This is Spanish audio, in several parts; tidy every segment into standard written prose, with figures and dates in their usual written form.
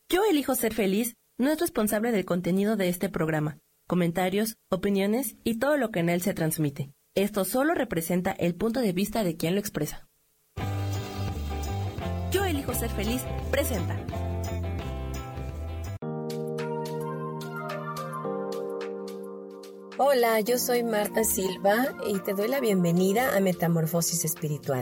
Yo elijo ser feliz no es responsable del contenido de este programa, comentarios, opiniones y todo lo que en él se transmite. Esto solo representa el punto de vista de quien lo expresa. Yo elijo ser feliz presenta. Hola, yo soy Marta Silva y te doy la bienvenida a Metamorfosis Espiritual.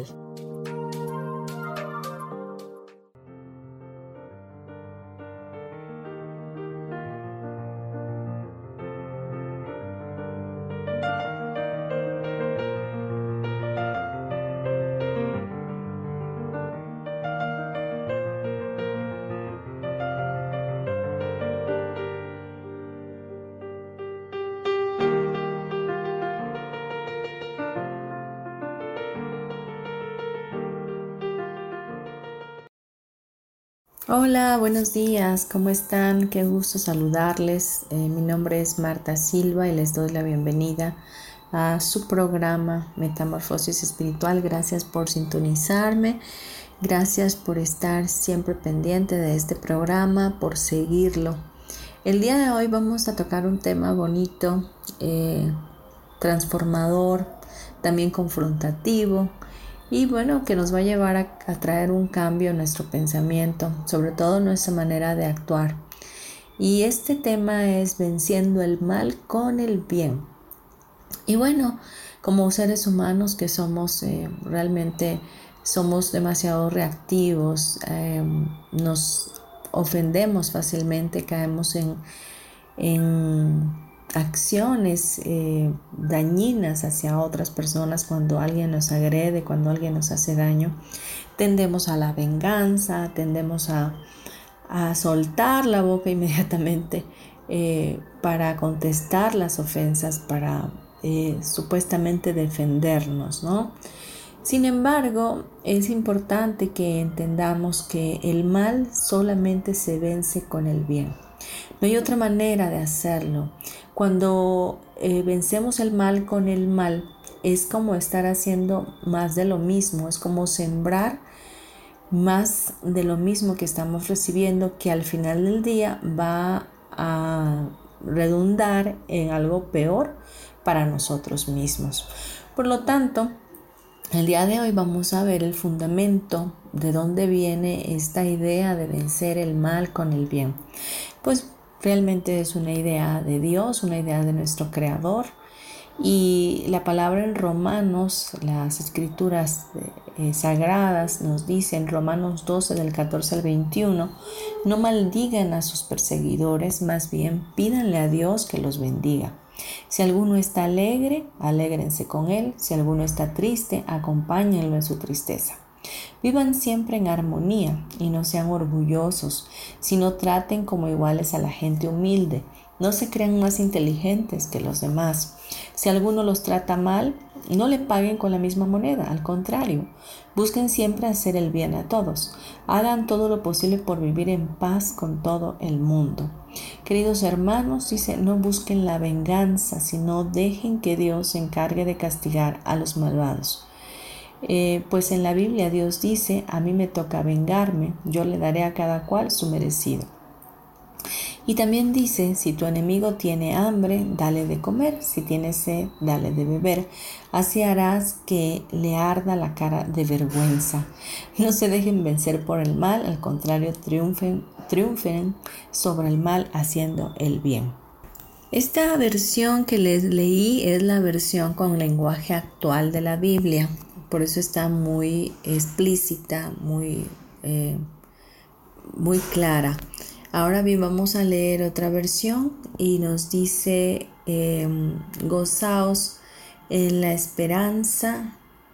Hola, buenos días, ¿cómo están? Qué gusto saludarles. Mi nombre es Marta Silva y les doy la bienvenida a su programa Metamorfosis Espiritual. Gracias por sintonizarme, gracias por estar siempre pendiente de este programa, por seguirlo. El día de hoy vamos a tocar un tema bonito, transformador, también confrontativo. Y bueno, que nos va a llevar a traer un cambio en nuestro pensamiento, sobre todo nuestra manera de actuar. Y este tema es venciendo el mal con el bien. Y bueno, como seres humanos que somos, realmente somos demasiado reactivos, nos ofendemos fácilmente, caemos en acciones dañinas hacia otras personas cuando alguien nos agrede, cuando alguien nos hace daño. Tendemos a la venganza, tendemos a soltar la boca inmediatamente para contestar las ofensas, para supuestamente defendernos, ¿no? Sin embargo, es importante que entendamos que el mal solamente se vence con el bien. No hay otra manera de hacerlo. Cuando vencemos el mal con el mal, es como estar haciendo más de lo mismo, es como sembrar más de lo mismo que estamos recibiendo, que al final del día va a redundar en algo peor para nosotros mismos. Por lo tanto, el día de hoy vamos a ver el fundamento de dónde viene esta idea de vencer el mal con el bien. Pues realmente es una idea de Dios, una idea de nuestro Creador. Y la palabra en Romanos, las escrituras sagradas nos dicen, Romanos 12 del 14 al 21, no maldigan a sus perseguidores, más bien pídanle a Dios que los bendiga. Si alguno está alegre, alégrense con él. Si alguno está triste, acompáñenlo en su tristeza. Vivan siempre en armonía y no sean orgullosos, sino traten como iguales a la gente humilde. No se crean más inteligentes que los demás. Si alguno los trata mal, no le paguen con la misma moneda, al contrario, busquen siempre hacer el bien a todos. Hagan todo lo posible por vivir en paz con todo el mundo. Queridos hermanos, dice, no busquen la venganza, sino dejen que Dios se encargue de castigar a los malvados. Pues en la Biblia Dios dice, a mí me toca vengarme, yo le daré a cada cual su merecido. Y también dice, si tu enemigo tiene hambre, dale de comer, si tiene sed, dale de beber, así harás que le arda la cara de vergüenza. No se dejen vencer por el mal, al contrario, triunfen sobre el mal haciendo el bien. Esta versión que les leí es la versión con lenguaje actual de la Biblia, por eso está muy explícita, muy clara. Ahora bien, vamos a leer otra versión y nos dice, gozaos en la esperanza,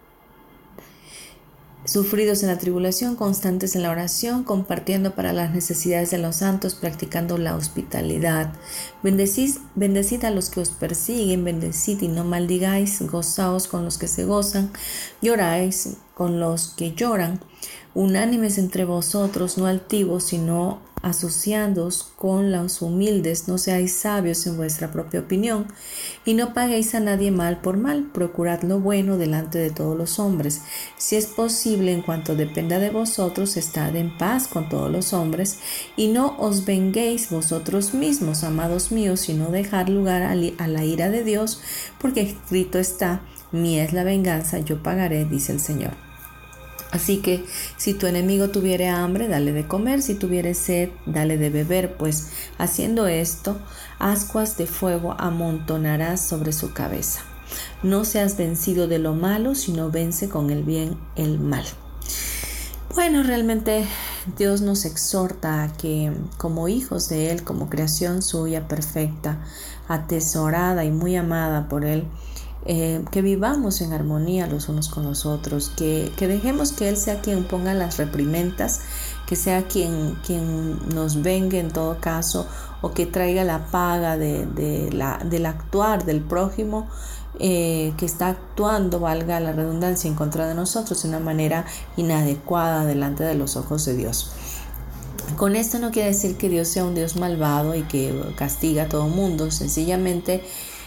sufridos en la tribulación, constantes en la oración, compartiendo para las necesidades de los santos, practicando la hospitalidad. Bendecid a los que os persiguen, bendecid y no maldigáis, gozaos con los que se gozan, lloráis con los que lloran. Unánimes entre vosotros, no altivos, sino asociados con los humildes. No seáis sabios en vuestra propia opinión, y no paguéis a nadie mal por mal. Procurad lo bueno delante de todos los hombres. Si es posible, en cuanto dependa de vosotros, estad en paz con todos los hombres, y no os venguéis vosotros mismos, amados míos, sino dejad lugar a la ira de Dios, porque escrito está: mía es la venganza, yo pagaré, dice el Señor. Así que si tu enemigo tuviere hambre, dale de comer; si tuviere sed, dale de beber, pues haciendo esto, ascuas de fuego amontonarás sobre su cabeza. No seas vencido de lo malo, sino vence con el bien el mal. Bueno, realmente Dios nos exhorta a que, como hijos de Él, como creación suya perfecta, atesorada y muy amada por Él, que vivamos en armonía los unos con los otros, que dejemos que Él sea quien ponga las reprimendas, que sea quien nos vengue en todo caso, o que traiga la paga del actuar del prójimo, que está actuando, valga la redundancia, en contra de nosotros de una manera inadecuada delante de los ojos de Dios. Con esto no quiere decir que Dios sea un Dios malvado y que castiga a todo mundo. Sencillamente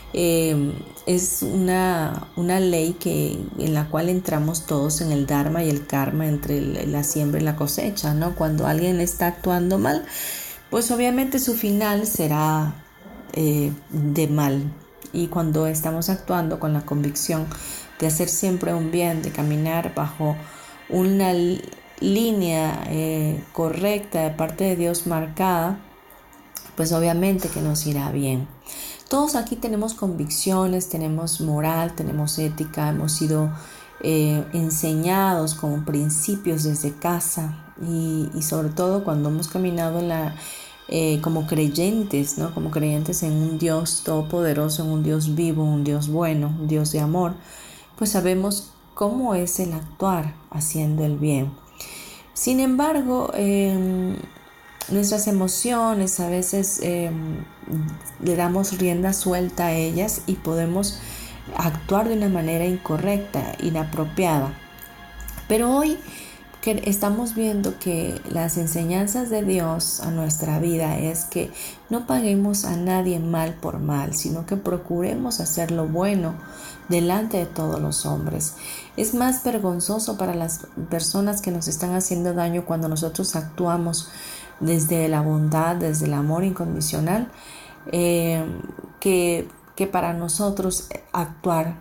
es una ley en la cual entramos todos en el dharma y el karma, entre la siembra y la cosecha, ¿no? Cuando alguien está actuando mal, pues obviamente su final será de mal. Y cuando estamos actuando con la convicción de hacer siempre un bien, de caminar bajo una línea correcta de parte de Dios marcada, pues obviamente que nos irá bien. Todos aquí tenemos convicciones, tenemos moral, tenemos ética, hemos sido enseñados con principios desde casa, y sobre todo cuando hemos caminado como creyentes, ¿no? Como creyentes en un Dios todopoderoso, en un Dios vivo, un Dios bueno, un Dios de amor, pues sabemos cómo es el actuar haciendo el bien. Sin embargo, nuestras emociones a veces le damos rienda suelta a ellas y podemos actuar de una manera incorrecta, inapropiada. Pero hoy que estamos viendo que las enseñanzas de Dios a nuestra vida es que no paguemos a nadie mal por mal, sino que procuremos hacer lo bueno delante de todos los hombres. Es más vergonzoso para las personas que nos están haciendo daño cuando nosotros actuamos desde la bondad, desde el amor incondicional, que para nosotros actuar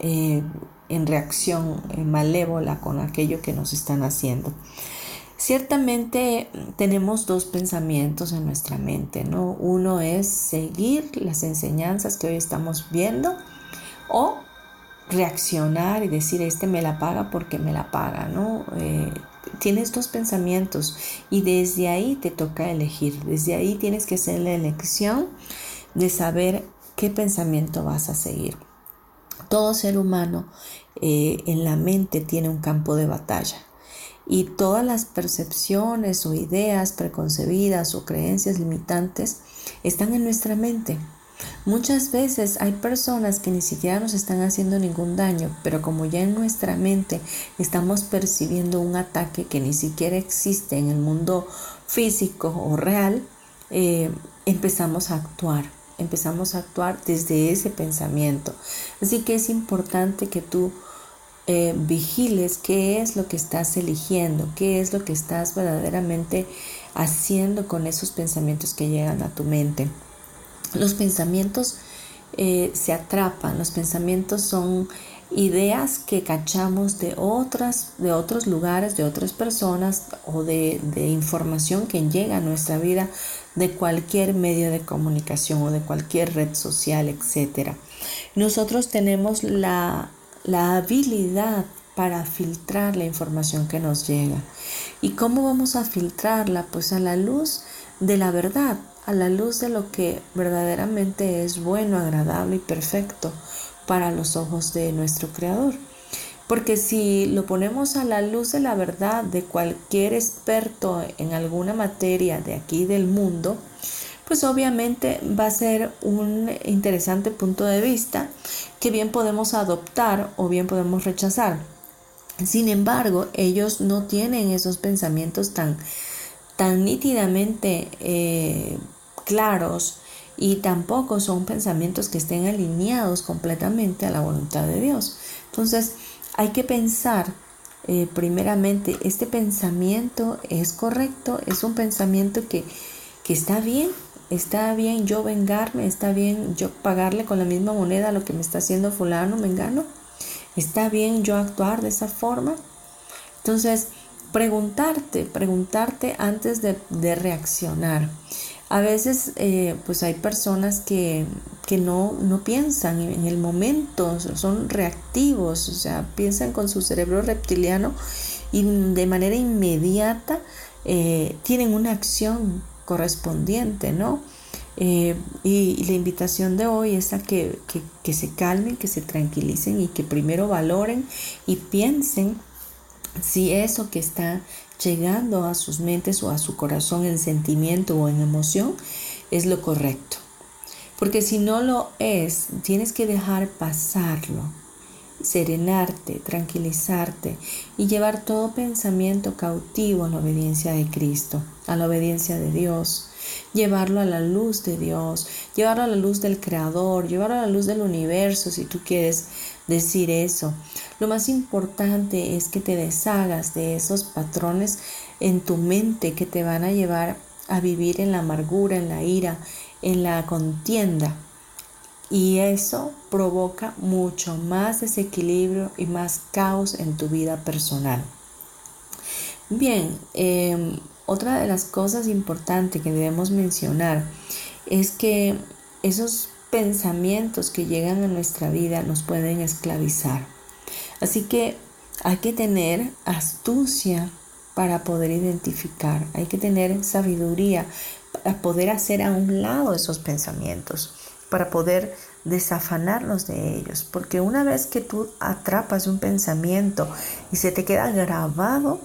en reacción malévola con aquello que nos están haciendo. Ciertamente tenemos dos pensamientos en nuestra mente, ¿no? Uno es seguir las enseñanzas que hoy estamos viendo, o reaccionar y decir: este me la paga porque me la paga, ¿no? Tienes dos pensamientos y desde ahí te toca elegir. Desde ahí tienes que hacer la elección de saber qué pensamiento vas a seguir. Todo ser humano en la mente tiene un campo de batalla, y todas las percepciones o ideas preconcebidas o creencias limitantes están en nuestra mente. Muchas veces hay personas que ni siquiera nos están haciendo ningún daño, pero como ya en nuestra mente estamos percibiendo un ataque que ni siquiera existe en el mundo físico o real, empezamos a actuar desde ese pensamiento. Así que es importante que tú vigiles qué es lo que estás eligiendo, qué es lo que estás verdaderamente haciendo con esos pensamientos que llegan a tu mente. Los pensamientos se atrapan, los pensamientos son ideas que cachamos de otros lugares, de otras personas, o de información que llega a nuestra vida de cualquier medio de comunicación o de cualquier red social, etc. Nosotros tenemos la habilidad para filtrar la información que nos llega. ¿Y cómo vamos a filtrarla? Pues a la luz de la verdad, a la luz de lo que verdaderamente es bueno, agradable y perfecto para los ojos de nuestro Creador. Porque si lo ponemos a la luz de la verdad de cualquier experto en alguna materia de aquí del mundo, pues obviamente va a ser un interesante punto de vista que bien podemos adoptar o bien podemos rechazar. Sin embargo, ellos no tienen esos pensamientos tan nítidamente claros, y tampoco son pensamientos que estén alineados completamente a la voluntad de Dios. Entonces, hay que pensar primeramente, ¿este pensamiento es correcto? ¿Es un pensamiento que está bien? ¿Está bien yo vengarme? ¿Está bien yo pagarle con la misma moneda lo que me está haciendo fulano, mengano? ¿Está bien yo actuar de esa forma? Entonces, preguntarte antes de reaccionar. A veces, pues hay personas que no piensan en el momento, son reactivos, o sea, piensan con su cerebro reptiliano y de manera inmediata tienen una acción correspondiente, ¿no? Y la invitación de hoy es a que se calmen, que se tranquilicen y que primero valoren y piensen si eso que está llegando a sus mentes o a su corazón en sentimiento o en emoción es lo correcto. Porque si no lo es, tienes que dejar pasarlo, serenarte, tranquilizarte y llevar todo pensamiento cautivo a la obediencia de Cristo, a la obediencia de Dios. Llevarlo a la luz de Dios, llevarlo a la luz del Creador, llevarlo a la luz del universo, si tú quieres decir eso. Lo más importante es que te deshagas de esos patrones en tu mente que te van a llevar a vivir en la amargura, en la ira, en la contienda. Y eso provoca mucho más desequilibrio y más caos en tu vida personal. Bien, otra de las cosas importantes que debemos mencionar es que esos pensamientos que llegan a nuestra vida nos pueden esclavizar. Así que hay que tener astucia para poder identificar, hay que tener sabiduría para poder hacer a un lado esos pensamientos, para poder desafanarnos de ellos, porque una vez que tú atrapas un pensamiento y se te queda grabado,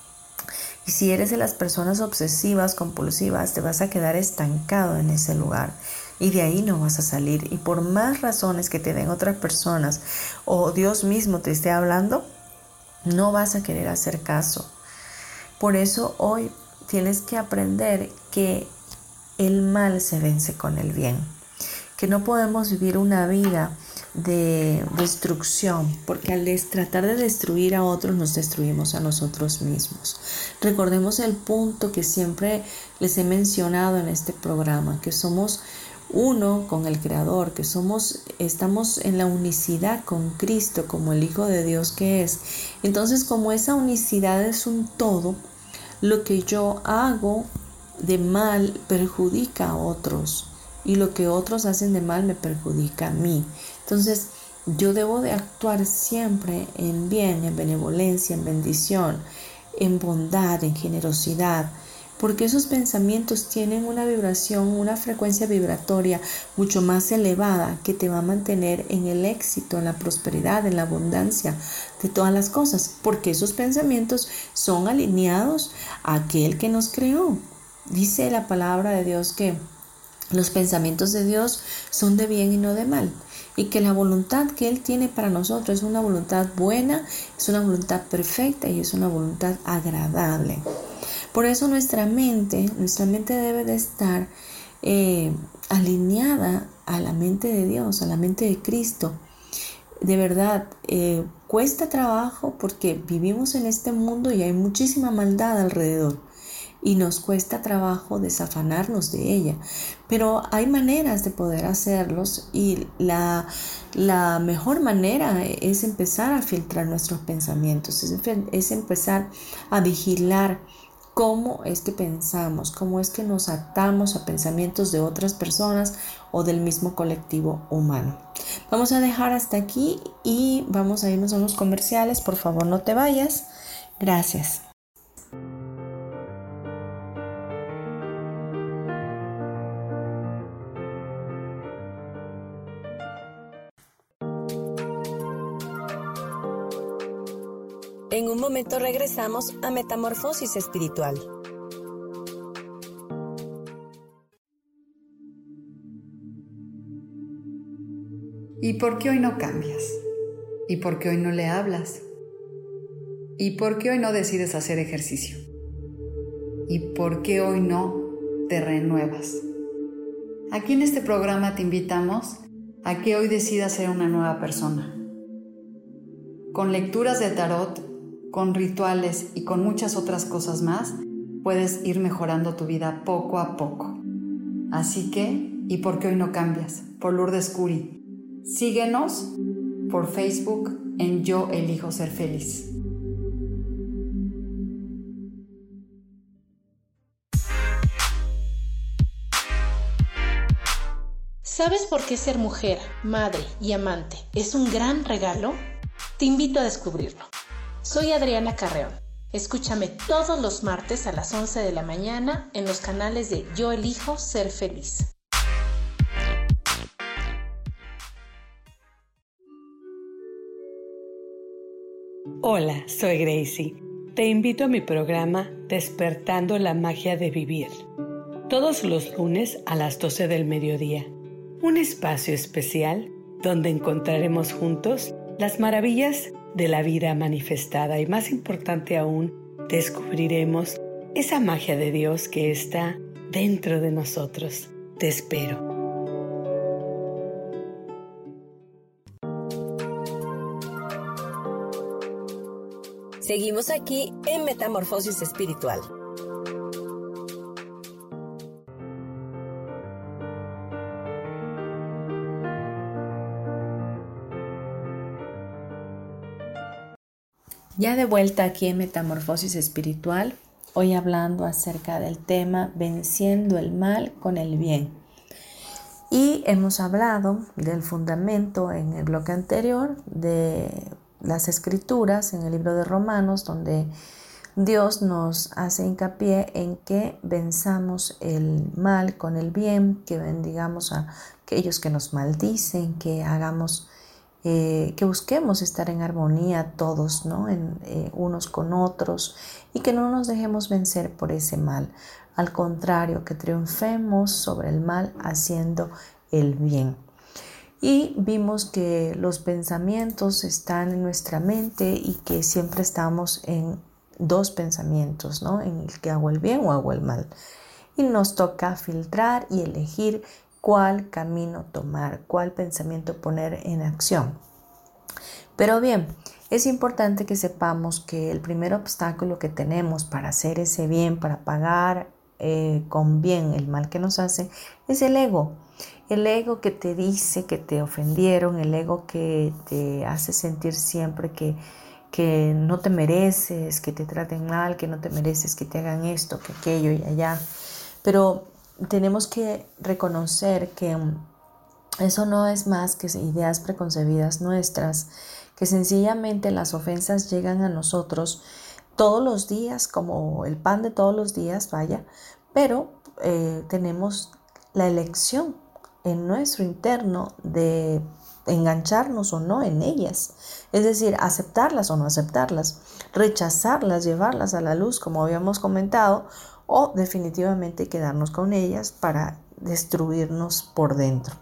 y si eres de las personas obsesivas, compulsivas, te vas a quedar estancado en ese lugar y de ahí no vas a salir. Y por más razones que te den otras personas o Dios mismo te esté hablando, no vas a querer hacer caso. Por eso hoy tienes que aprender que el mal se vence con el bien, que no podemos vivir una vida de destrucción, porque al tratar de destruir a otros nos destruimos a nosotros mismos. Recordemos el punto que siempre les he mencionado en este programa, que somos uno con el Creador, que estamos en la unicidad con Cristo como el Hijo de Dios que es. Entonces, como esa unicidad es un todo, lo que yo hago de mal perjudica a otros y lo que otros hacen de mal me perjudica a mí. Entonces, yo debo de actuar siempre en bien, en benevolencia, en bendición, en bondad, en generosidad, porque esos pensamientos tienen una vibración, una frecuencia vibratoria mucho más elevada que te va a mantener en el éxito, en la prosperidad, en la abundancia de todas las cosas, porque esos pensamientos son alineados a aquel que nos creó. Dice la palabra de Dios que los pensamientos de Dios son de bien y no de mal, y que la voluntad que Él tiene para nosotros es una voluntad buena, es una voluntad perfecta y es una voluntad agradable. Por eso nuestra mente debe de estar alineada a la mente de Dios, a la mente de Cristo. De verdad, cuesta trabajo porque vivimos en este mundo y hay muchísima maldad alrededor y nos cuesta trabajo desafanarnos de ella, pero hay maneras de poder hacerlos y la mejor manera es empezar a filtrar nuestros pensamientos, es empezar a vigilar cómo es que pensamos, cómo es que nos atamos a pensamientos de otras personas o del mismo colectivo humano. Vamos a dejar hasta aquí y vamos a irnos a unos comerciales. Por favor, no te vayas. Gracias. En un momento regresamos a Metamorfosis Espiritual. ¿Y por qué hoy no cambias? ¿Y por qué hoy no le hablas? ¿Y por qué hoy no decides hacer ejercicio? ¿Y por qué hoy no te renuevas? Aquí en este programa te invitamos a que hoy decidas ser una nueva persona. Con lecturas de tarot, con rituales y con muchas otras cosas más, puedes ir mejorando tu vida poco a poco. Así que, ¿y por qué hoy no cambias? Por Lourdes Curi. Síguenos por Facebook en Yo Elijo Ser Feliz. ¿Sabes por qué ser mujer, madre y amante es un gran regalo? Te invito a descubrirlo. Soy Adriana Carreón. Escúchame todos los martes a las 11 de la mañana en los canales de Yo Elijo Ser Feliz. Hola, soy Gracie. Te invito a mi programa Despertando la Magia de Vivir. Todos los lunes a las 12 del mediodía. Un espacio especial donde encontraremos juntos las maravillas de la vida manifestada y, más importante aún, descubriremos esa magia de Dios que está dentro de nosotros. Te espero. Seguimos aquí en Metamorfosis Espiritual. Ya de vuelta aquí en Metamorfosis Espiritual, hoy hablando acerca del tema Venciendo el mal con el bien. Y hemos hablado del fundamento en el bloque anterior de las Escrituras, en el libro de Romanos, donde Dios nos hace hincapié en que venzamos el mal con el bien, que bendigamos a aquellos que nos maldicen, que hagamos que busquemos estar en armonía todos, ¿no? Unos con otros, y que no nos dejemos vencer por ese mal. Al contrario, que triunfemos sobre el mal haciendo el bien. Y vimos que los pensamientos están en nuestra mente y que siempre estamos en dos pensamientos, ¿no? En el que hago el bien o hago el mal. Y nos toca filtrar y elegir cuál camino tomar, cuál pensamiento poner en acción. Pero bien, es importante que sepamos que el primer obstáculo que tenemos para hacer ese bien, para pagar con bien el mal que nos hace, es el ego. El ego que te dice que te ofendieron, el ego que te hace sentir siempre que no te mereces, que te traten mal, que no te mereces, que te hagan esto, que aquello y allá. Pero tenemos que reconocer que eso no es más que ideas preconcebidas nuestras, que sencillamente las ofensas llegan a nosotros todos los días, como el pan de todos los días, vaya, pero tenemos la elección en nuestro interno de engancharnos o no en ellas, es decir, aceptarlas o no aceptarlas, rechazarlas, llevarlas a la luz, como habíamos comentado, o definitivamente quedarnos con ellas para destruirnos por dentro.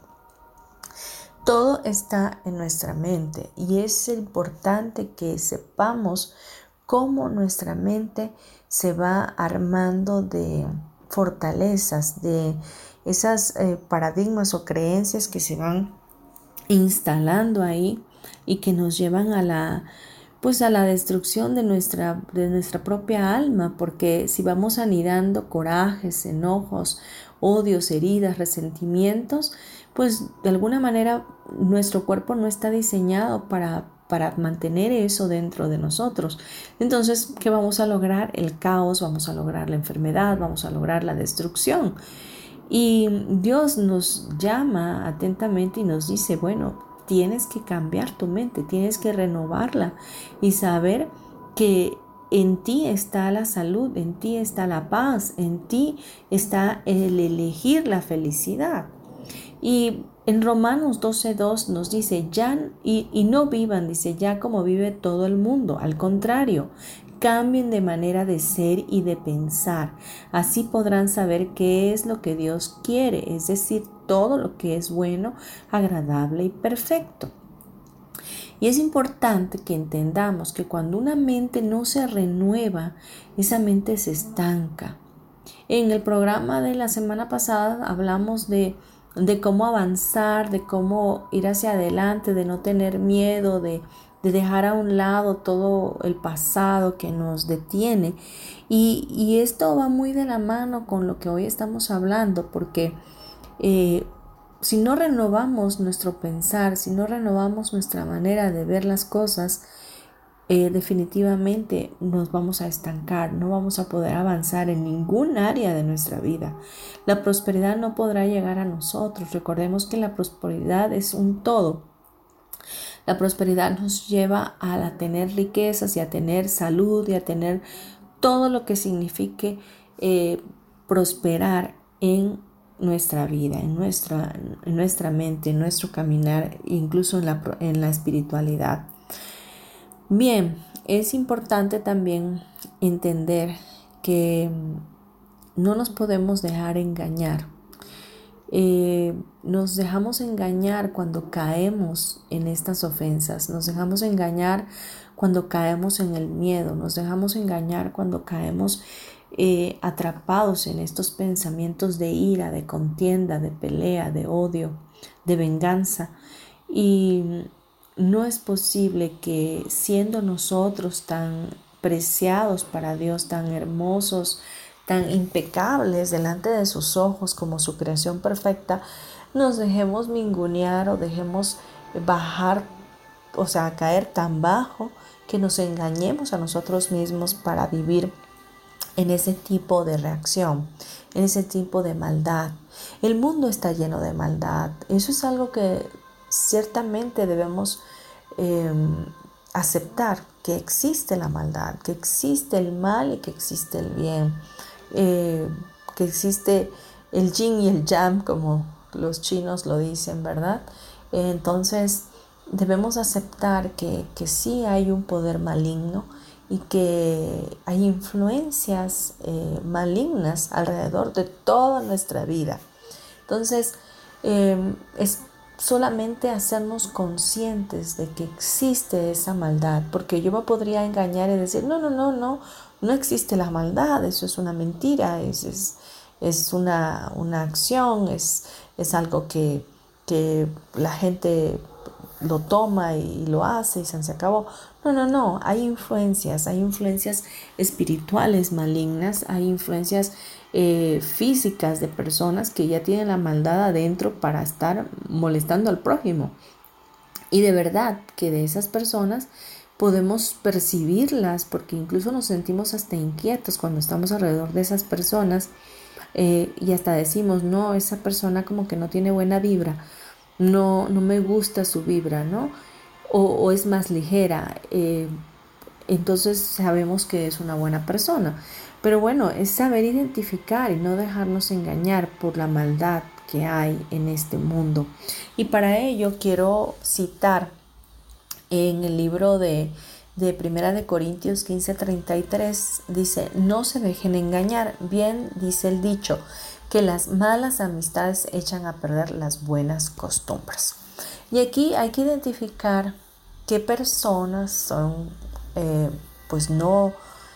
Todo está en nuestra mente y es importante que sepamos cómo nuestra mente se va armando de fortalezas, de esas paradigmas o creencias que se van instalando ahí y que nos llevan a la destrucción de nuestra propia alma, porque si vamos anidando corajes, enojos, odios, heridas, resentimientos, pues de alguna manera nuestro cuerpo no está diseñado para mantener eso dentro de nosotros. Entonces, ¿qué vamos a lograr? El caos, vamos a lograr la enfermedad, vamos a lograr la destrucción. Y Dios nos llama atentamente y nos dice, bueno, tienes que cambiar tu mente, tienes que renovarla y saber que en ti está la salud, en ti está la paz, en ti está el elegir la felicidad. Y en Romanos 12:2 nos dice, y no vivan, dice, ya como vive todo el mundo. Al contrario, cambien de manera de ser y de pensar. Así podrán saber qué es lo que Dios quiere, es decir, todo lo que es bueno, agradable y perfecto. Y es importante que entendamos que cuando una mente no se renueva, esa mente se estanca. En el programa de la semana pasada hablamos de cómo avanzar, de cómo ir hacia adelante, de no tener miedo, de dejar a un lado todo el pasado que nos detiene. Y esto va muy de la mano con lo que hoy estamos hablando, porque si no renovamos nuestro pensar, si no renovamos nuestra manera de ver las cosas, definitivamente nos vamos a estancar, no vamos a poder avanzar en ningún área de nuestra vida. La prosperidad no podrá llegar a nosotros. Recordemos que la prosperidad es un todo. La prosperidad nos lleva a tener riquezas y a tener salud y a tener todo lo que signifique prosperar en nuestra vida, en nuestra mente, en nuestro caminar, incluso en la espiritualidad. Bien, es importante también entender que no nos podemos dejar engañar. Nos dejamos engañar cuando caemos en estas ofensas, nos dejamos engañar cuando caemos en el miedo, nos dejamos engañar cuando caemos atrapados en estos pensamientos de ira, de contienda, de pelea, de odio, de venganza. Y no es posible que, siendo nosotros tan preciados para Dios, tan hermosos, tan impecables delante de sus ojos como su creación perfecta, nos dejemos mingunear o dejemos bajar, o sea, caer tan bajo que nos engañemos a nosotros mismos para vivir en ese tipo de reacción, en ese tipo de maldad. El mundo está lleno de maldad. Eso es algo que ciertamente debemos aceptar, que existe la maldad, que existe el mal y que existe el bien, que existe el yin y el yang, como los chinos lo dicen, ¿verdad? Entonces debemos aceptar que sí hay un poder maligno y que hay influencias malignas alrededor de toda nuestra vida. Entonces es solamente hacernos conscientes de que existe esa maldad, porque yo me podría engañar y decir, no existe la maldad, eso es una mentira, es una acción, es algo que la gente lo toma y lo hace y se acabó. No, hay influencias espirituales malignas, hay influencias físicas de personas que ya tienen la maldad adentro para estar molestando al prójimo. Y de verdad que de esas personas podemos percibirlas, porque incluso nos sentimos hasta inquietos cuando estamos alrededor de esas personas, y hasta decimos, no, esa persona como que no tiene buena vibra, no me gusta su vibra, ¿no? O es más ligera, entonces sabemos que es una buena persona. Pero bueno, es saber identificar y no dejarnos engañar por la maldad que hay en este mundo. Y para ello quiero citar en el libro de Primera de Corintios 15:33, dice, no se dejen engañar, bien dice el dicho, que las malas amistades echan a perder las buenas costumbres. Y aquí hay que identificar qué personas son pues no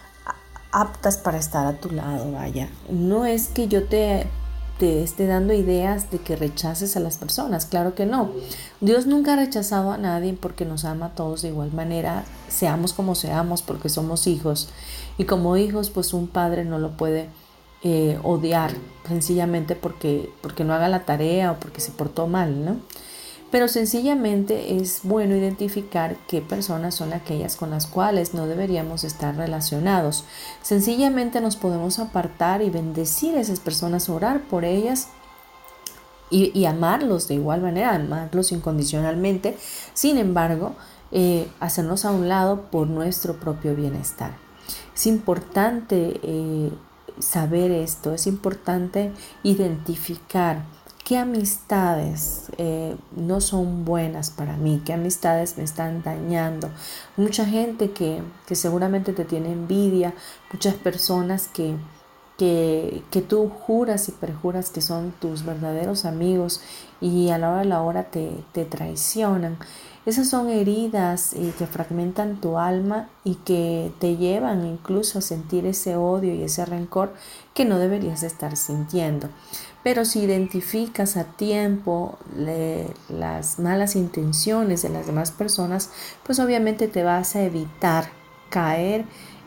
aptas para estar a tu lado, vaya. No es que yo te esté dando ideas de que rechaces a las personas, claro que no. Dios nunca ha rechazado a nadie porque nos ama a todos de igual manera, seamos como seamos, porque somos hijos. Y como hijos, pues un padre no lo puede odiar sencillamente porque no haga la tarea o porque se portó mal, ¿no? Pero sencillamente es bueno identificar qué personas son aquellas con las cuales no deberíamos estar relacionados. Sencillamente nos podemos apartar y bendecir a esas personas, orar por ellas y amarlos de igual manera, amarlos incondicionalmente. Sin embargo, hacernos a un lado por nuestro propio bienestar. Es importante saber esto, es importante identificar qué amistades no son buenas para mí, qué amistades me están dañando. Mucha gente que seguramente te tiene envidia, muchas personas que que tú juras y perjuras que son tus verdaderos amigos y a la hora de la hora te traicionan. Esas son heridas que fragmentan tu alma y que te llevan incluso a sentir ese odio y ese rencor que no deberías estar sintiendo. Pero si identificas a tiempo las malas intenciones de las demás personas, pues obviamente te vas a evitar caer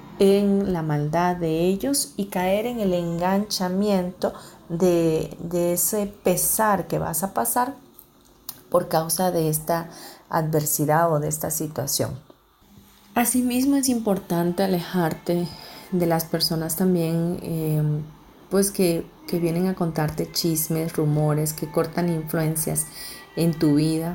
en la maldad de ellos y caer en el enganchamiento de ese pesar que vas a pasar por causa de esta adversidad o de esta situación. Asimismo, es importante alejarte de las personas también pues que vienen a contarte chismes, rumores, que cortan influencias en tu vida.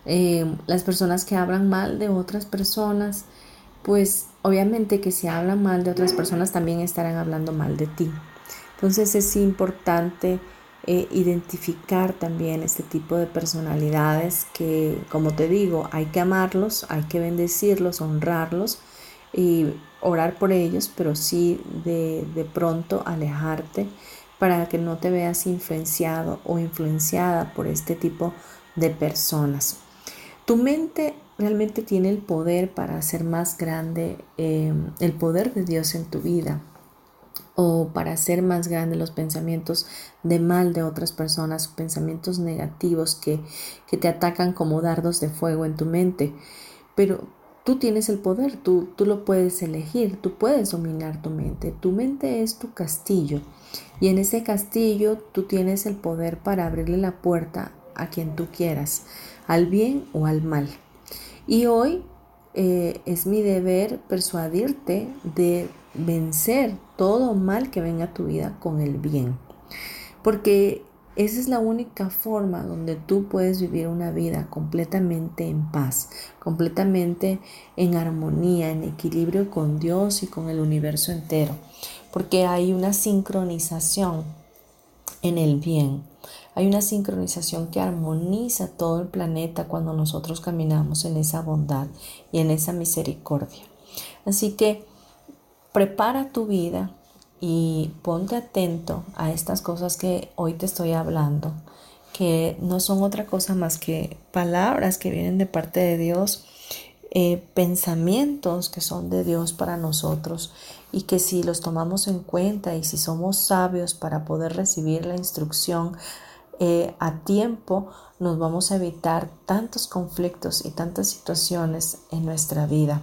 Las personas que hablan mal de otras personas, pues obviamente que si hablan mal de otras personas también estarán hablando mal de ti. Entonces es importante identificar también este tipo de personalidades que, como te digo, hay que amarlos, hay que bendecirlos, honrarlos y orar por ellos, pero sí de pronto alejarte para que no te veas influenciado o influenciada por este tipo de personas. Tu mente realmente tiene el poder para hacer más grande el poder de Dios en tu vida, o para hacer más grande los pensamientos de mal de otras personas, pensamientos negativos que te atacan como dardos de fuego en tu mente. Pero tú tienes el poder, tú lo puedes elegir, tú puedes dominar tu mente. Tu mente es tu castillo y en ese castillo tú tienes el poder para abrirle la puerta a quien tú quieras, al bien o al mal. Y hoy es mi deber persuadirte de vencer todo mal que venga a tu vida con el bien, porque esa es la única forma donde tú puedes vivir una vida completamente en paz, completamente en armonía, en equilibrio con Dios y con el universo entero, porque hay una sincronización en el bien. Hay una sincronización que armoniza todo el planeta cuando nosotros caminamos en esa bondad y en esa misericordia. Así que prepara tu vida y ponte atento a estas cosas que hoy te estoy hablando, que no son otra cosa más que palabras que vienen de parte de Dios, pensamientos que son de Dios para nosotros y que si los tomamos en cuenta y si somos sabios para poder recibir la instrucción a tiempo, nos vamos a evitar tantos conflictos y tantas situaciones en nuestra vida.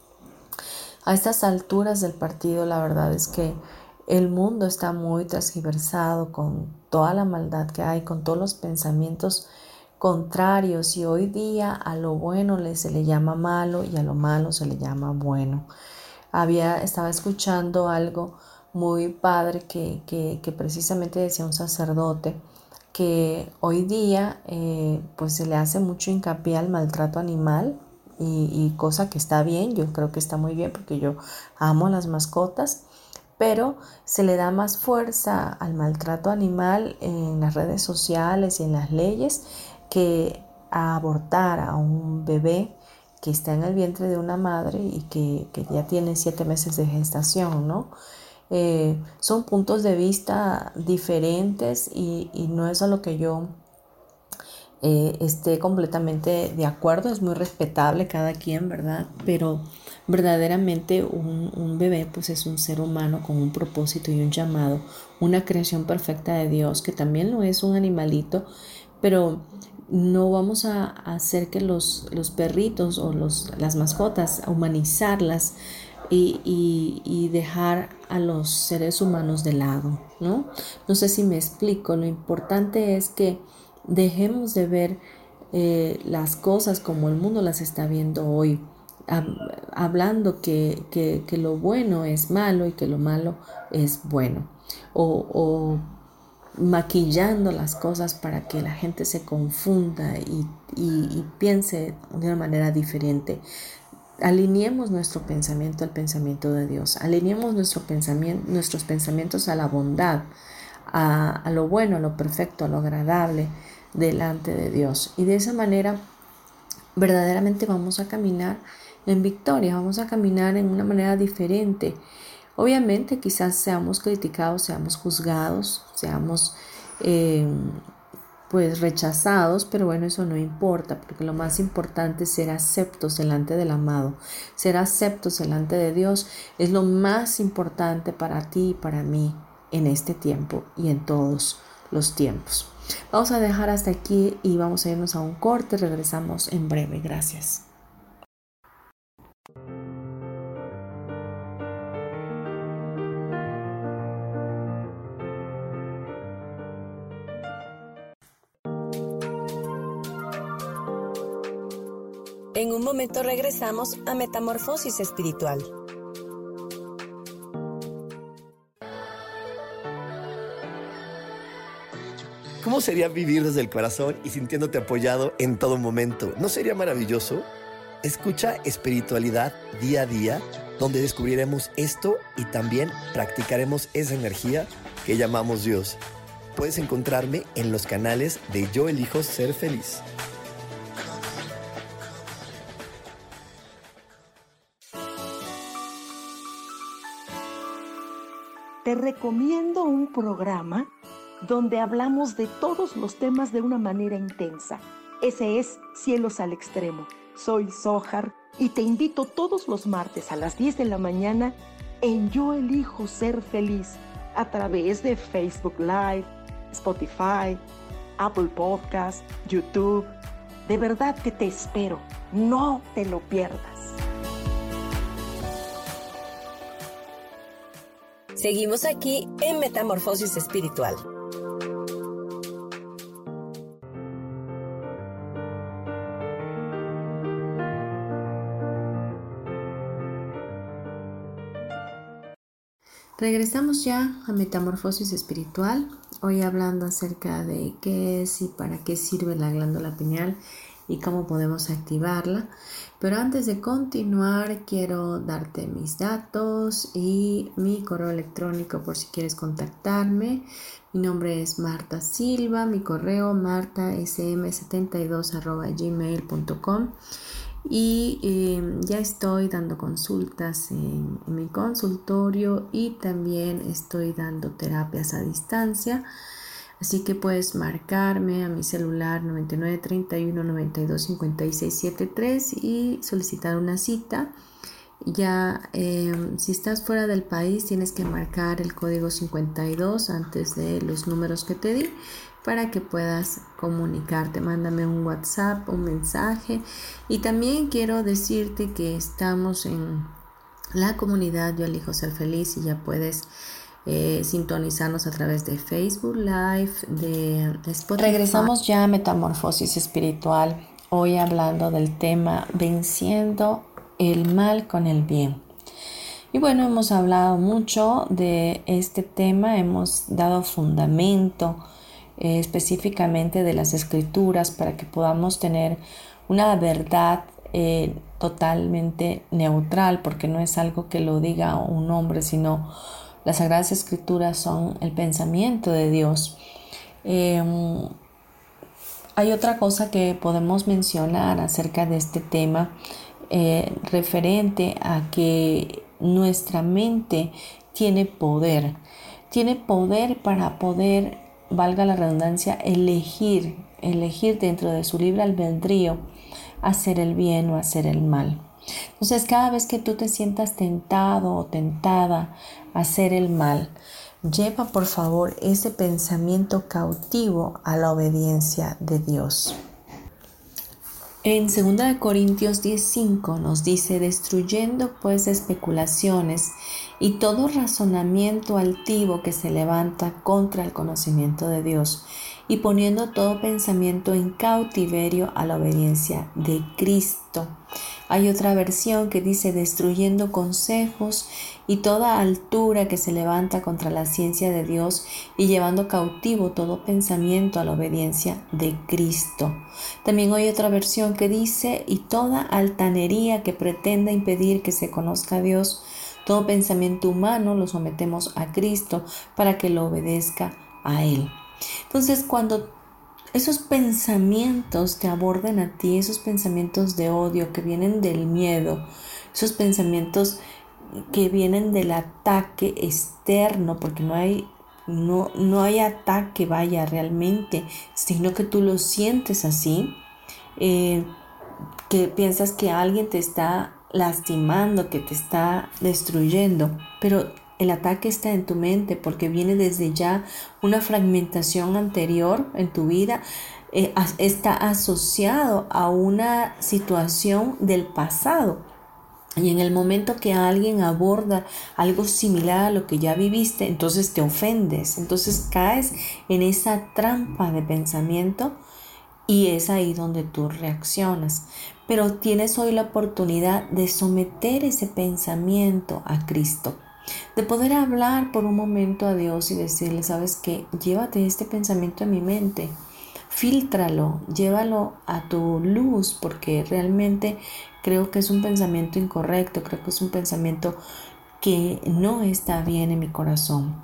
A estas alturas del partido, la verdad es que el mundo está muy transgiversado con toda la maldad que hay, con todos los pensamientos contrarios, y hoy día a lo bueno se le llama malo y a lo malo se le llama bueno. Estaba escuchando algo muy padre que precisamente decía un sacerdote, que hoy día pues se le hace mucho hincapié al maltrato animal y cosa que está bien, yo creo que está muy bien porque yo amo las mascotas, pero se le da más fuerza al maltrato animal en las redes sociales y en las leyes que a abortar a un bebé que está en el vientre de una madre y que ya tiene 7 meses de gestación, ¿no? Son puntos de vista diferentes y no es a lo que yo esté completamente de acuerdo. Es muy respetable cada quien, ¿verdad? Pero verdaderamente un bebé pues es un ser humano con un propósito y un llamado, una creación perfecta de Dios, que también lo es un animalito, pero no vamos a hacer que los perritos o las mascotas, humanizarlas y dejar a los seres humanos de lado, ¿no? No sé si me explico. Lo importante es que dejemos de ver las cosas como el mundo las está viendo hoy, hablando que lo bueno es malo y que lo malo es bueno, o maquillando las cosas para que la gente se confunda y piense de una manera diferente. Alineemos nuestro pensamiento al pensamiento de Dios, alineemos nuestros pensamientos a la bondad, a lo bueno, a lo perfecto, a lo agradable delante de Dios, y de esa manera verdaderamente vamos a caminar en victoria, vamos a caminar en una manera diferente. Obviamente quizás seamos criticados, seamos juzgados, seamos pues rechazados, pero bueno, eso no importa, porque lo más importante es ser aceptos delante del amado, ser aceptos delante de Dios es lo más importante para ti y para mí en este tiempo y en todos los tiempos. Vamos a dejar hasta aquí y vamos a irnos a un corte, regresamos en breve, gracias. En un momento regresamos a Metamorfosis Espiritual. ¿Cómo sería vivir desde el corazón y sintiéndote apoyado en todo momento? ¿No sería maravilloso? Escucha Espiritualidad Día a Día, donde descubriremos esto y también practicaremos esa energía que llamamos Dios. Puedes encontrarme en los canales de Yo Elijo Ser Feliz. Te recomiendo un programa donde hablamos de todos los temas de una manera intensa. Ese es Cielos al Extremo. Soy Sohar y te invito todos los martes a las 10 de la mañana en Yo Elijo Ser Feliz a través de Facebook Live, Spotify, Apple Podcast, YouTube. De verdad que te espero. No te lo pierdas. Seguimos aquí en Metamorfosis Espiritual. Regresamos ya a Metamorfosis Espiritual, hoy hablando acerca de qué es y para qué sirve la glándula pineal y cómo podemos activarla. Pero antes de continuar, quiero darte mis datos y mi correo electrónico por si quieres contactarme. Mi nombre es Marta Silva, mi correo martasm72@gmail.com. Y ya estoy dando consultas en mi consultorio y también estoy dando terapias a distancia. Así que puedes marcarme a mi celular 99 31 92 56 73 y solicitar una cita. Ya si estás fuera del país tienes que marcar el código 52 antes de los números que te di para que puedas comunicarte. Mándame un WhatsApp, un mensaje. Y también quiero decirte que estamos en la comunidad Yo Elijo Ser Feliz y ya puedes sintonizarnos a través de Facebook Live, de Spotify. Regresamos ya a Metamorfosis Espiritual, hoy hablando del tema Venciendo el mal con el bien. Y bueno, hemos hablado mucho de este tema, hemos dado fundamento específicamente de las escrituras para que podamos tener una verdad totalmente neutral, porque no es algo que lo diga un hombre, sino las Sagradas Escrituras son el pensamiento de Dios. Hay otra cosa que podemos mencionar acerca de este tema referente a que nuestra mente tiene poder para poder, valga la redundancia, elegir dentro de su libre albedrío hacer el bien o hacer el mal. Entonces, cada vez que tú te sientas tentado o tentada a hacer el mal, lleva por favor ese pensamiento cautivo a la obediencia de Dios. En 2 Corintios 10:5 nos dice: destruyendo pues especulaciones y todo razonamiento altivo que se levanta contra el conocimiento de Dios, y poniendo todo pensamiento en cautiverio a la obediencia de Cristo. Hay otra versión que dice: destruyendo consejos y toda altura que se levanta contra la ciencia de Dios, y llevando cautivo todo pensamiento a la obediencia de Cristo. También hay otra versión que dice: y toda altanería que pretenda impedir que se conozca a Dios, todo pensamiento humano lo sometemos a Cristo para que lo obedezca a Él. Entonces, cuando esos pensamientos te aborden a ti, esos pensamientos de odio que vienen del miedo, esos pensamientos que vienen del ataque externo, porque no hay ataque, vaya, realmente, sino que tú lo sientes así, que piensas que alguien te está lastimando, que te está destruyendo, pero el ataque está en tu mente porque viene desde ya una fragmentación anterior en tu vida, está asociado a una situación del pasado. Y en el momento que alguien aborda algo similar a lo que ya viviste, entonces te ofendes, entonces caes en esa trampa de pensamiento y es ahí donde tú reaccionas. Pero tienes hoy la oportunidad de someter ese pensamiento a Cristo, de poder hablar por un momento a Dios y decirle, ¿sabes qué? Llévate este pensamiento a mi mente. Fíltralo, llévalo a tu luz, porque realmente creo que es un pensamiento incorrecto, creo que es un pensamiento que no está bien en mi corazón.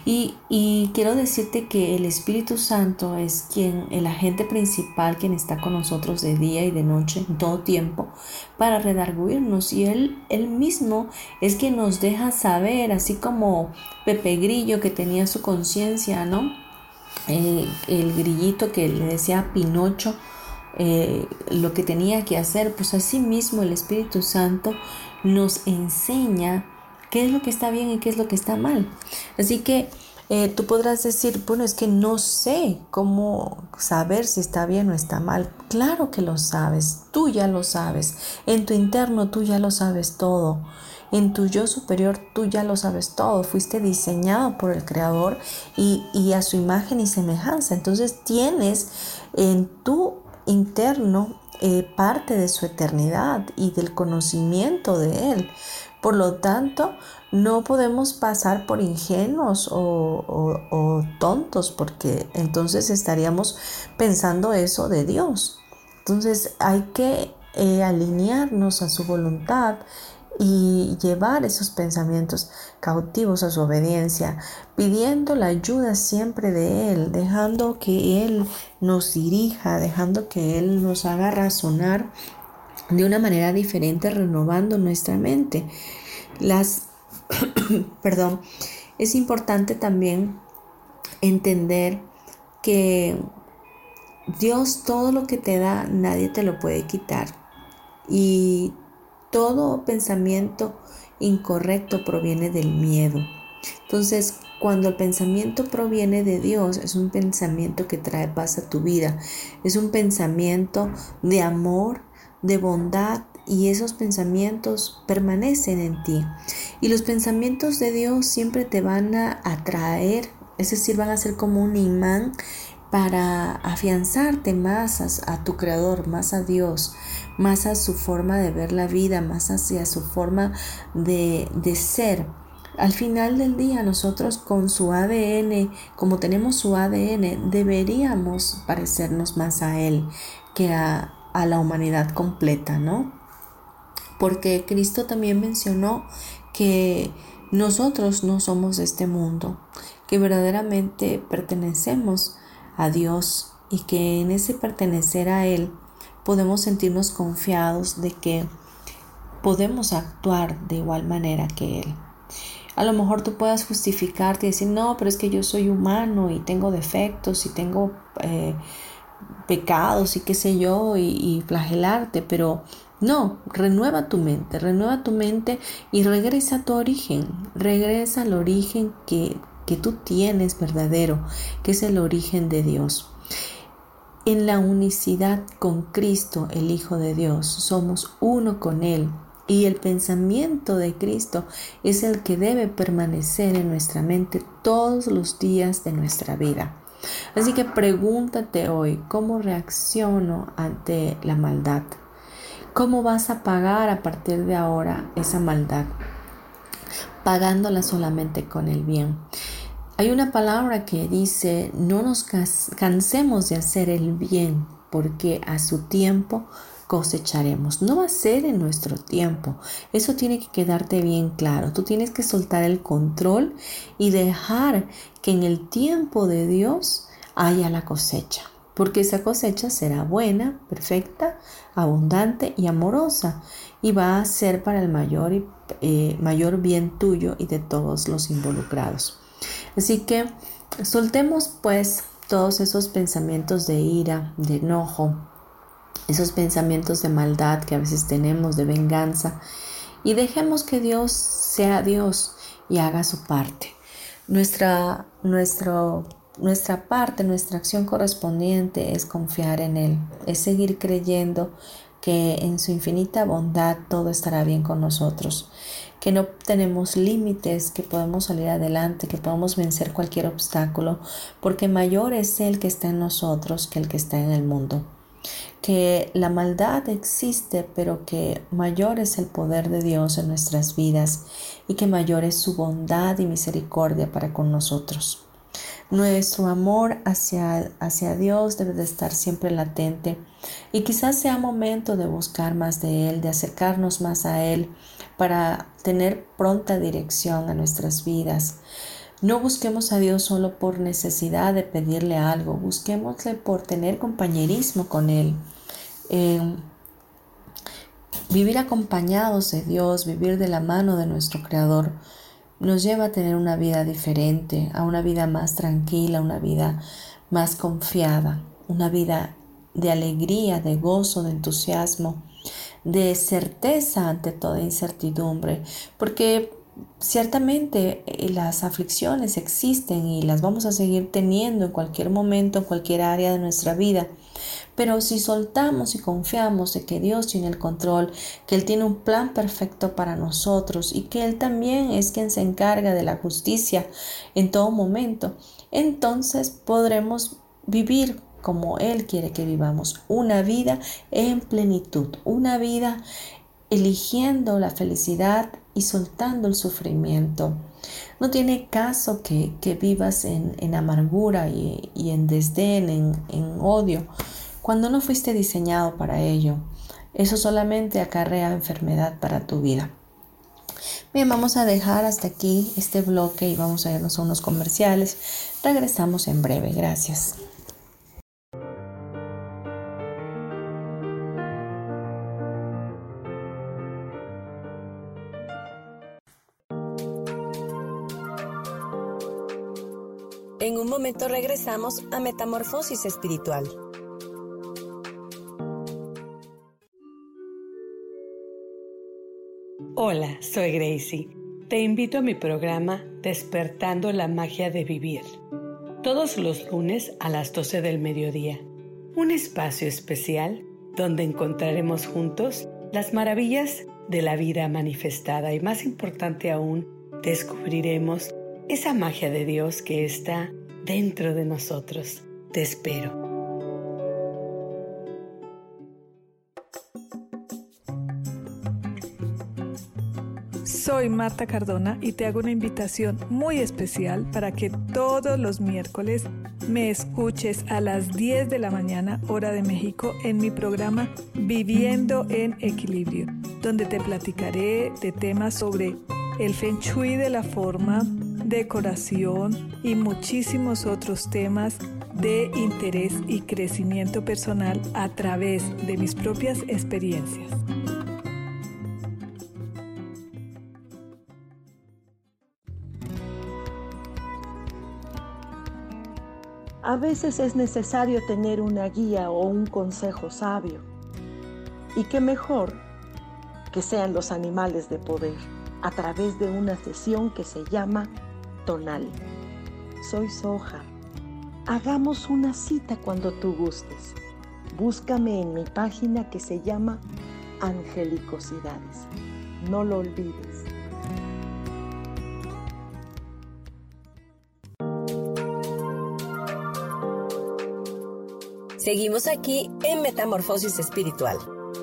Y quiero decirte que el Espíritu Santo es el agente principal, quien está con nosotros de día y de noche, en todo tiempo, para redarguirnos. Y Él mismo es quien nos deja saber, así como Pepe Grillo, que tenía su conciencia, ¿no? El grillito que le decía a Pinocho lo que tenía que hacer, pues así mismo el Espíritu Santo nos enseña qué es lo que está bien y qué es lo que está mal. Así que tú podrás decir, bueno, es que no sé cómo saber si está bien o está mal. Claro que lo sabes, tú ya lo sabes. En tu interno tú ya lo sabes todo. En tu yo superior tú ya lo sabes todo. Fuiste diseñado por el Creador y a su imagen y semejanza. Entonces tienes en tu interno parte de su eternidad y del conocimiento de Él. Por lo tanto, no podemos pasar por ingenuos o tontos, porque entonces estaríamos pensando eso de Dios. Entonces hay que alinearnos a su voluntad y llevar esos pensamientos cautivos a su obediencia, pidiendo la ayuda siempre de Él, dejando que Él nos dirija, dejando que Él nos haga razonar de una manera diferente, renovando nuestra mente. Perdón, es importante también entender que Dios todo lo que te da, nadie te lo puede quitar. Y todo pensamiento incorrecto proviene del miedo. Entonces, cuando el pensamiento proviene de Dios, es un pensamiento que trae paz a tu vida. Es un pensamiento de amor, de bondad, y esos pensamientos permanecen en ti. Y los pensamientos de Dios siempre te van a atraer, es decir, van a ser como un imán para afianzarte más a tu Creador, más a Dios, más a su forma de ver la vida, más hacia su forma de ser. Al final del día, nosotros con su ADN, como tenemos su ADN, deberíamos parecernos más a Él que a la humanidad completa, ¿no? Porque Cristo también mencionó que nosotros no somos de este mundo, que verdaderamente pertenecemos a Dios y que en ese pertenecer a Él podemos sentirnos confiados de que podemos actuar de igual manera que Él. A lo mejor tú puedas justificarte y decir, no, pero es que yo soy humano y tengo defectos y tengo pecados y qué sé yo, y flagelarte, pero no, renueva tu mente y regresa a tu origen, regresa al origen que tú tienes verdadero, que es el origen de Dios. En la unicidad con Cristo, el Hijo de Dios, somos uno con Él. Y el pensamiento de Cristo es el que debe permanecer en nuestra mente todos los días de nuestra vida. Así que pregúntate hoy, ¿cómo reacciono ante la maldad? ¿Cómo vas a pagar a partir de ahora esa maldad? Pagándola solamente con el bien. Hay una palabra que dice, no nos cansemos de hacer el bien, porque a su tiempo cosecharemos. No va a ser en nuestro tiempo. Eso tiene que quedarte bien claro. Tú tienes que soltar el control y dejar que en el tiempo de Dios haya la cosecha. porque esa cosecha será buena, perfecta, abundante y amorosa, y va a ser para el mayor bien tuyo y de todos los involucrados. Así que soltemos pues todos esos pensamientos de ira, de enojo, esos pensamientos de maldad que a veces tenemos, de venganza, y dejemos que Dios sea Dios y haga su parte. Nuestra parte, nuestra acción correspondiente es confiar en Él, es seguir creyendo que en su infinita bondad todo estará bien con nosotros, que no tenemos límites, que podemos salir adelante, que podemos vencer cualquier obstáculo, porque mayor es Él que está en nosotros que el que está en el mundo. Que la maldad existe, pero que mayor es el poder de Dios en nuestras vidas y que mayor es su bondad y misericordia para con nosotros. Nuestro amor hacia Dios debe de estar siempre latente y quizás sea momento de buscar más de Él, de acercarnos más a Él para tener pronta dirección a nuestras vidas. No busquemos a Dios solo por necesidad de pedirle algo, busquémosle por tener compañerismo con Él. Vivir acompañados de Dios, vivir de la mano de nuestro Creador, nos lleva a tener una vida diferente, a una vida más tranquila, una vida más confiada, una vida de alegría, de gozo, de entusiasmo, de certeza ante toda incertidumbre, porque ciertamente las aflicciones existen y las vamos a seguir teniendo en cualquier momento, en cualquier área de nuestra vida. Pero si soltamos y confiamos de que Dios tiene el control, que Él tiene un plan perfecto para nosotros y que Él también es quien se encarga de la justicia en todo momento, entonces podremos vivir como Él quiere que vivamos, una vida en plenitud, una vida eligiendo la felicidad y soltando el sufrimiento. No tiene caso que vivas en amargura y en desdén, en odio, cuando no fuiste diseñado para ello. Eso solamente acarrea enfermedad para tu vida. Bien, vamos a dejar hasta aquí este bloque y vamos a irnos a unos comerciales. Regresamos en breve. Gracias. En un momento regresamos a Metamorfosis Espiritual. Hola, soy Gracie. Te invito a mi programa Despertando la Magia de Vivir. Todos los lunes a las 12 del mediodía. Un espacio especial donde encontraremos juntos las maravillas de la vida manifestada y, más importante aún, descubriremos esa magia de Dios que está dentro de nosotros. Te espero. Soy Marta Cardona y te hago una invitación muy especial para que todos los miércoles me escuches a las 10 de la mañana, hora de México, en mi programa Viviendo en Equilibrio, donde te platicaré de temas sobre el Feng Shui de la forma, decoración y muchísimos otros temas de interés y crecimiento personal a través de mis propias experiencias. A veces es necesario tener una guía o un consejo sabio. Y qué mejor que sean los animales de poder a través de una sesión que se llama Tonal. Soy Soja. Hagamos una cita cuando tú gustes. Búscame en mi página que se llama Angelicosidades. No lo olvides. Seguimos aquí en Metamorfosis Espiritual.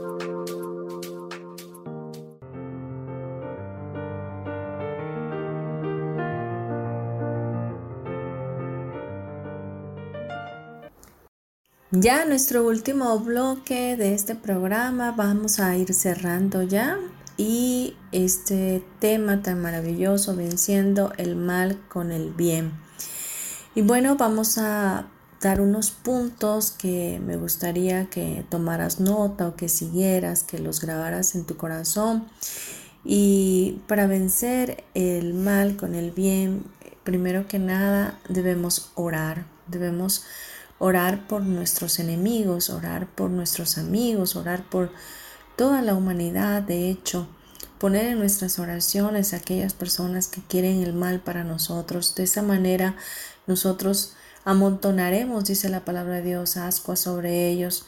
Ya nuestro último bloque de este programa, vamos a ir cerrando ya, y este tema tan maravilloso, venciendo el mal con el bien. Y bueno, vamos a dar unos puntos que me gustaría que tomaras nota o que siguieras, que los grabaras en tu corazón. Y para vencer el mal con el bien, primero que nada debemos orar por nuestros enemigos, orar por nuestros amigos, orar por toda la humanidad. De hecho, poner en nuestras oraciones a aquellas personas que quieren el mal para nosotros. De esa manera nosotros amontonaremos, dice la palabra de Dios, ascuas sobre ellos,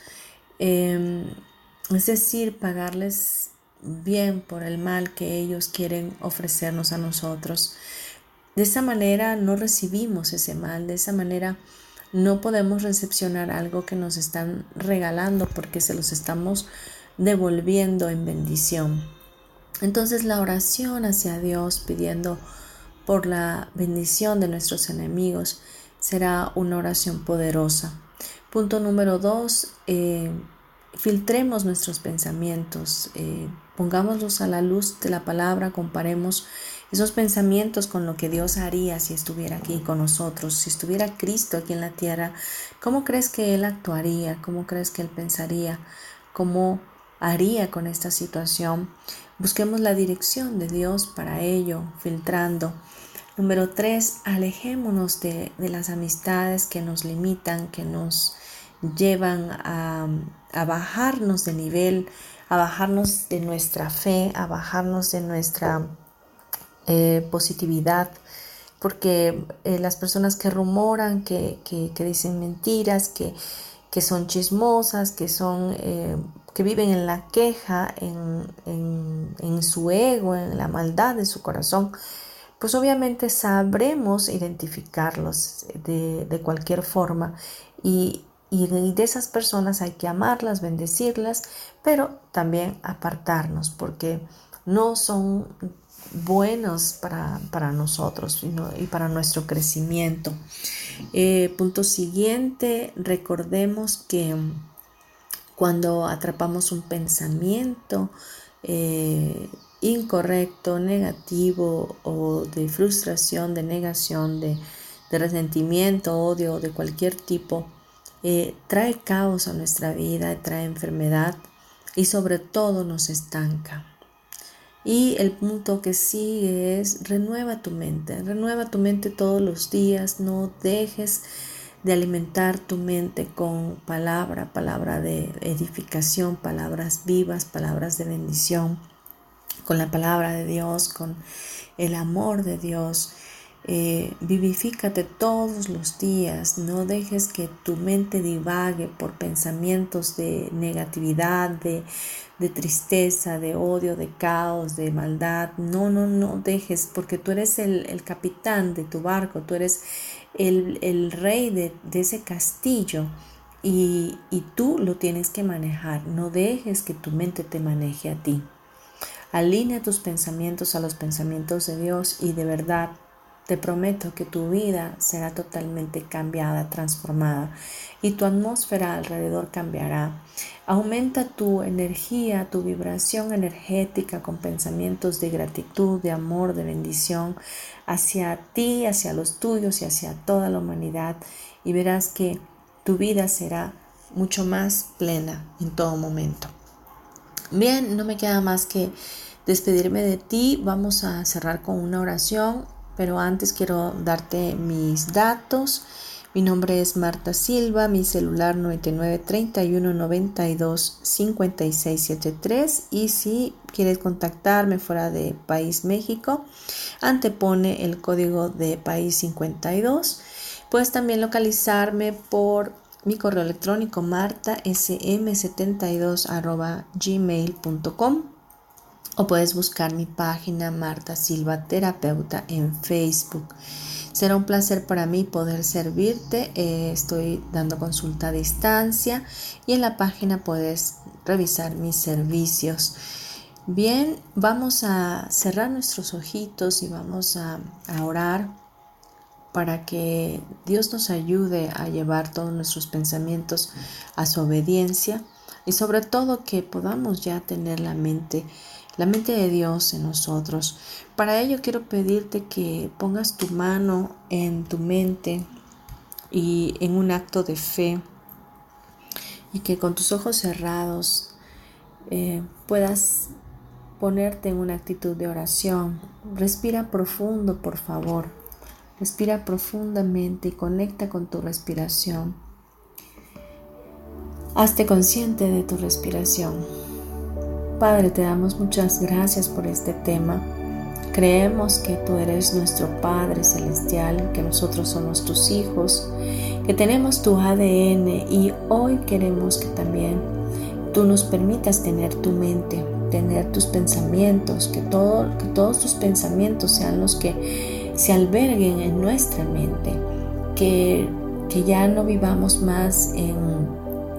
es decir, pagarles bien por el mal que ellos quieren ofrecernos a nosotros. De esa manera no recibimos ese mal, de esa manera no podemos recepcionar algo que nos están regalando porque se los estamos devolviendo en bendición. Entonces la oración hacia Dios pidiendo por la bendición de nuestros enemigos será una oración poderosa. Punto número 2, filtremos nuestros pensamientos, pongámoslos a la luz de la palabra, comparemos esos pensamientos con lo que Dios haría si estuviera aquí con nosotros, si estuviera Cristo aquí en la tierra. ¿Cómo crees que Él actuaría? ¿Cómo crees que Él pensaría? ¿Cómo haría con esta situación? Busquemos la dirección de Dios para ello, filtrando. Número 3, alejémonos de las amistades que nos limitan, que nos llevan a bajarnos de nivel, a bajarnos de nuestra fe, a bajarnos de nuestra positividad, porque las personas que rumoran, que dicen mentiras, que son chismosas, que viven en la queja, en su ego, en la maldad de su corazón, pues obviamente sabremos identificarlos de cualquier forma y de esas personas hay que amarlas, bendecirlas, pero también apartarnos porque no son buenos para nosotros y para nuestro crecimiento. Punto siguiente, recordemos que cuando atrapamos un pensamiento incorrecto, negativo o de frustración, de negación, de resentimiento, odio, de cualquier tipo, trae caos a nuestra vida, trae enfermedad y sobre todo nos estanca. Y el punto que sigue es renueva tu mente todos los días, no dejes de alimentar tu mente con palabra de edificación, palabras vivas, palabras de bendición, con la palabra de Dios, con el amor de Dios. Vivifícate todos los días, no dejes que tu mente divague por pensamientos de negatividad, de tristeza, de odio, de caos, de maldad. No dejes, porque tú eres el capitán de tu barco, tú eres el rey de ese castillo y tú lo tienes que manejar. No dejes que tu mente te maneje a ti. Alinea tus pensamientos a los pensamientos de Dios y de verdad te prometo que tu vida será totalmente cambiada, transformada y tu atmósfera alrededor cambiará. Aumenta tu energía, tu vibración energética con pensamientos de gratitud, de amor, de bendición hacia ti, hacia los tuyos y hacia toda la humanidad y verás que tu vida será mucho más plena en todo momento. Bien, no me queda más que despedirme de ti. Vamos a cerrar con una oración. Pero antes quiero darte mis datos. Mi nombre es Marta Silva, mi celular 99 31 92 56 73 y si quieres contactarme fuera de país México, antepone el código de país 52. Puedes también localizarme por mi correo electrónico martasm72@gmail.com. O puedes buscar mi página Marta Silva Terapeuta en Facebook. Será un placer para mí poder servirte. Estoy dando consulta a distancia y en la página puedes revisar mis servicios. Bien, vamos a cerrar nuestros ojitos y vamos a orar para que Dios nos ayude a llevar todos nuestros pensamientos a su obediencia y sobre todo que podamos ya tener la mente de Dios en nosotros. Para ello quiero pedirte que pongas tu mano en tu mente y en un acto de fe, y que con tus ojos cerrados puedas ponerte en una actitud de oración. Respira profundo, por favor. Respira profundamente y conecta con tu respiración. Hazte consciente de tu respiración. Padre, te damos muchas gracias por este tema. Creemos que tú eres nuestro Padre Celestial, que nosotros somos tus hijos, que tenemos tu ADN y hoy queremos que también tú nos permitas tener tu mente, tener tus pensamientos, que todos tus pensamientos sean los que se alberguen en nuestra mente, que ya no vivamos más en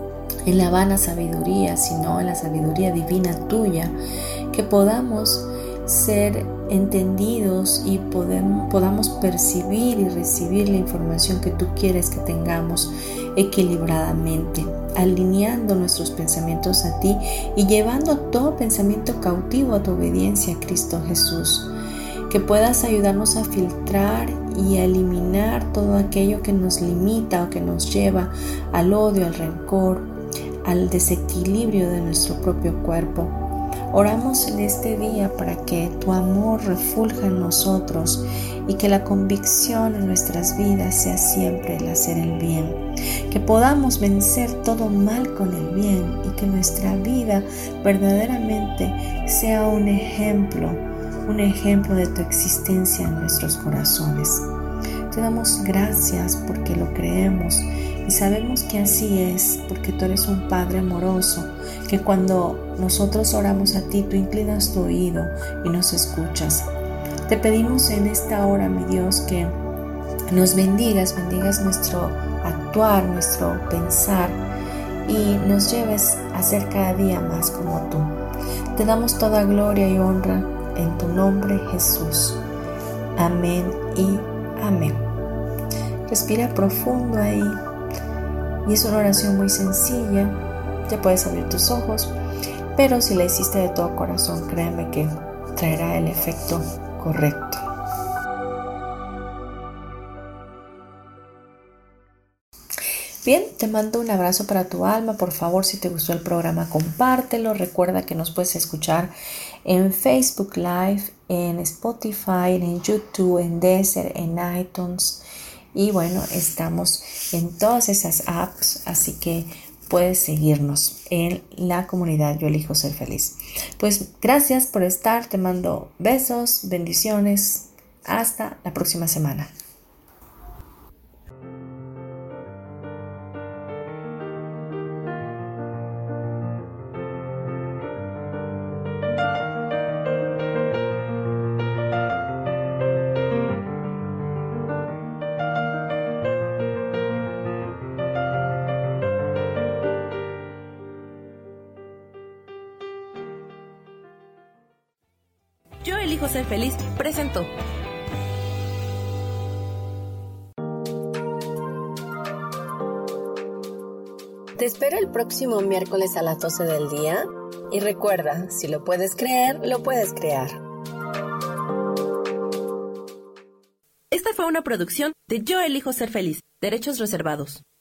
la vana sabiduría, sino en la sabiduría divina tuya, que podamos ser entendidos y podamos percibir y recibir la información que tú quieres que tengamos equilibradamente, alineando nuestros pensamientos a ti y llevando todo pensamiento cautivo a tu obediencia a Cristo Jesús. Que puedas ayudarnos a filtrar y a eliminar todo aquello que nos limita o que nos lleva al odio, al rencor, al desequilibrio de nuestro propio cuerpo. Oramos en este día para que tu amor refulja en nosotros y que la convicción en nuestras vidas sea siempre el hacer el bien. Que podamos vencer todo mal con el bien y que nuestra vida verdaderamente sea un ejemplo de tu existencia en nuestros corazones. Te damos gracias porque lo creemos y sabemos que así es, porque tú eres un Padre amoroso, que cuando nosotros oramos a ti, tú inclinas tu oído y nos escuchas. Te pedimos en esta hora, mi Dios, que nos bendigas nuestro actuar, nuestro pensar y nos lleves a ser cada día más como tú. Te damos toda gloria y honra en tu nombre, Jesús. Amén y amén. Respira profundo ahí. Y es una oración muy sencilla. Ya puedes abrir tus ojos, pero si la hiciste de todo corazón, créeme que traerá el efecto correcto. Bien, te mando un abrazo para tu alma. Por favor, si te gustó el programa, compártelo. Recuerda que nos puedes escuchar en Facebook Live, en Spotify, en YouTube, en Deezer, en iTunes. Y bueno, estamos en todas esas apps, así que puedes seguirnos en la comunidad Yo Elijo Ser Feliz. Pues gracias por estar, te mando besos, bendiciones, hasta la próxima semana. Yo Elijo Ser Feliz presentó. Te espero el próximo miércoles a las 12 del día y recuerda, si lo puedes creer, lo puedes crear. Esta fue una producción de Yo Elijo Ser Feliz, derechos reservados.